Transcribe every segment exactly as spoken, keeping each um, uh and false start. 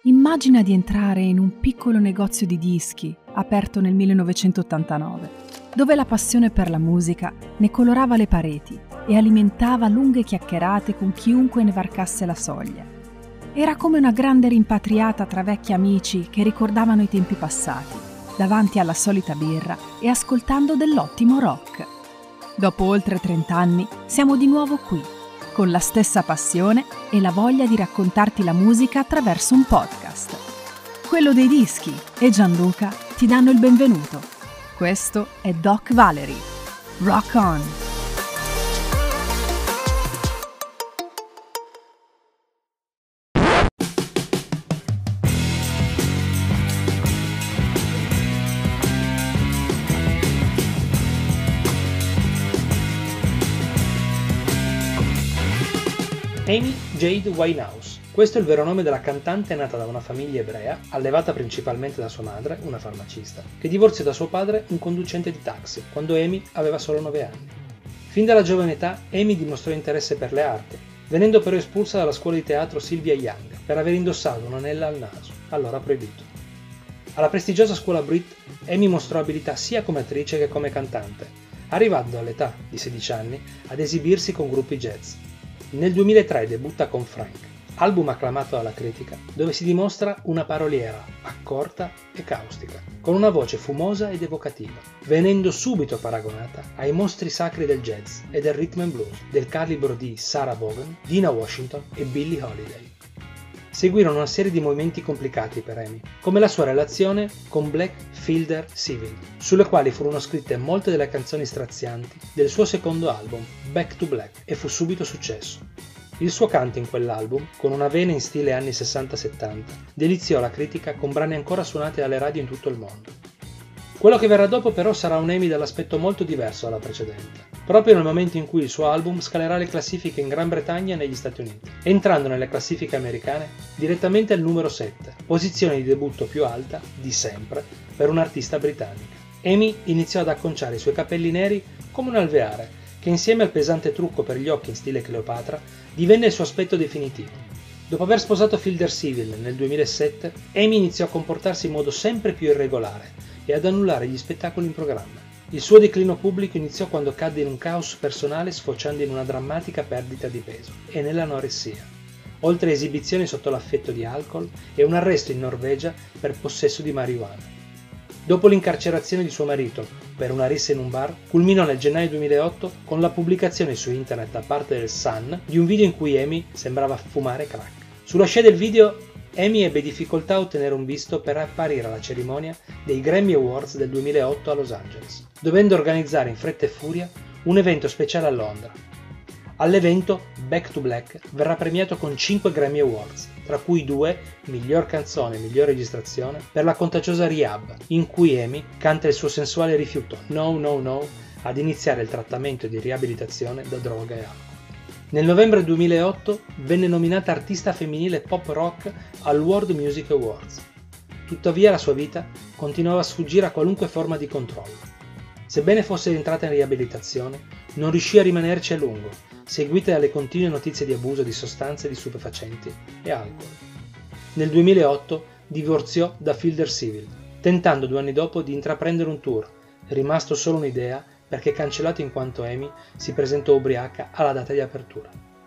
Immagina di entrare in un piccolo negozio di dischi aperto nel millenovecentottantanove, dove la passione per la musica ne colorava le pareti e alimentava lunghe chiacchierate con chiunque ne varcasse la soglia. Era come una grande rimpatriata tra vecchi amici che ricordavano i tempi passati, davanti alla solita birra e ascoltando dell'ottimo rock. Dopo oltre trent'anni siamo di nuovo qui, con la stessa passione e la voglia di raccontarti la musica attraverso un podcast. Quello dei dischi e Gianluca ti danno il benvenuto. Questo è Doc Valery. Rock on! Amy Jade Winehouse. Questo è il vero nome della cantante nata da una famiglia ebrea, allevata principalmente da sua madre, una farmacista, che divorziò da suo padre, un conducente di taxi, quando Amy aveva solo nove anni. Fin dalla giovane età, Amy dimostrò interesse per le arti, venendo però espulsa dalla scuola di teatro Sylvia Young per aver indossato un'anella al naso, allora proibito. Alla prestigiosa scuola Brit, Amy mostrò abilità sia come attrice che come cantante, arrivando all'età di sedici anni ad esibirsi con gruppi jazz. Nel duemilatré debutta con Frank, album acclamato dalla critica, dove si dimostra una paroliera accorta e caustica, con una voce fumosa ed evocativa, venendo subito paragonata ai mostri sacri del jazz e del rhythm and blues, del calibro di Sarah Vaughan, Dina Washington e Billie Holiday. Seguirono una serie di movimenti complicati per Amy, come la sua relazione con Black Fielder Civil, sulle quali furono scritte molte delle canzoni strazianti del suo secondo album, Back to Black, e fu subito successo. Il suo canto in quell'album, con una vena in stile anni sessanta settanta, deliziò la critica con brani ancora suonati alle radio in tutto il mondo. Quello che verrà dopo però sarà un Amy dall'aspetto molto diverso dalla precedente, proprio nel momento in cui il suo album scalerà le classifiche in Gran Bretagna e negli Stati Uniti, entrando nelle classifiche americane direttamente al numero sette, posizione di debutto più alta di sempre per un'artista britannica. Amy iniziò ad acconciare i suoi capelli neri come un alveare, che insieme al pesante trucco per gli occhi in stile Cleopatra divenne il suo aspetto definitivo. Dopo aver sposato Fielder Civil nel duemilasette, Amy iniziò a comportarsi in modo sempre più irregolare e ad annullare gli spettacoli in programma. Il suo declino pubblico iniziò quando cadde in un caos personale sfociando in una drammatica perdita di peso e nell'anoressia, oltre a esibizioni sotto l'affetto di alcol e un arresto in Norvegia per possesso di marijuana. Dopo l'incarcerazione di suo marito per una rissa in un bar, culminò nel gennaio duemilaotto con la pubblicazione su internet da parte del Sun di un video in cui Amy sembrava fumare crack. Sulla scia del video Amy ebbe difficoltà a ottenere un visto per apparire alla cerimonia dei Grammy Awards del duemilaotto a Los Angeles, dovendo organizzare in fretta e furia un evento speciale a Londra. All'evento, Back to Black verrà premiato con cinque Grammy Awards, tra cui due, miglior canzone e miglior registrazione, per la contagiosa Rehab, in cui Amy canta il suo sensuale rifiuto No No No ad iniziare il trattamento di riabilitazione da droga e alcol. Nel novembre duemilaotto venne nominata artista femminile pop rock al World Music Awards. Tuttavia la sua vita continuava a sfuggire a qualunque forma di controllo. Sebbene fosse rientrata in riabilitazione, non riuscì a rimanerci a lungo, seguite dalle continue notizie di abuso di sostanze di stupefacenti e alcol. Nel duemilaotto divorziò da Fielder Civil, tentando due anni dopo di intraprendere un tour, rimasto solo un'idea perché cancellato in quanto Amy si presentò ubriaca alla data di apertura.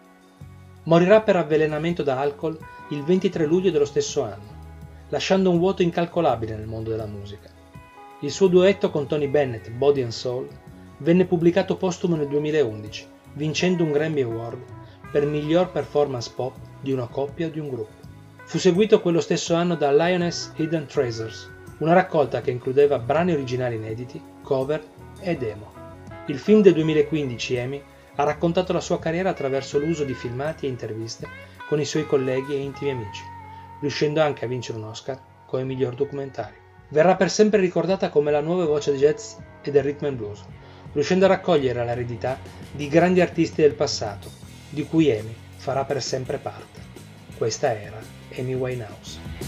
Morirà per avvelenamento da alcol il ventitré luglio dello stesso anno, lasciando un vuoto incalcolabile nel mondo della musica. Il suo duetto con Tony Bennett, Body and Soul, venne pubblicato postumo nel duemilaundici, vincendo un Grammy Award per miglior performance pop di una coppia o di un gruppo. Fu seguito quello stesso anno da Lioness Hidden Treasures, una raccolta che includeva brani originali inediti, cover e demo. Il film del duemilaquindici, Amy, ha raccontato la sua carriera attraverso l'uso di filmati e interviste con i suoi colleghi e intimi amici, riuscendo anche a vincere un Oscar come miglior documentario. Verrà per sempre ricordata come la nuova voce del jazz e del rhythm and blues, riuscendo a raccogliere l'eredità di grandi artisti del passato, di cui Amy farà per sempre parte. Questa era Amy Winehouse.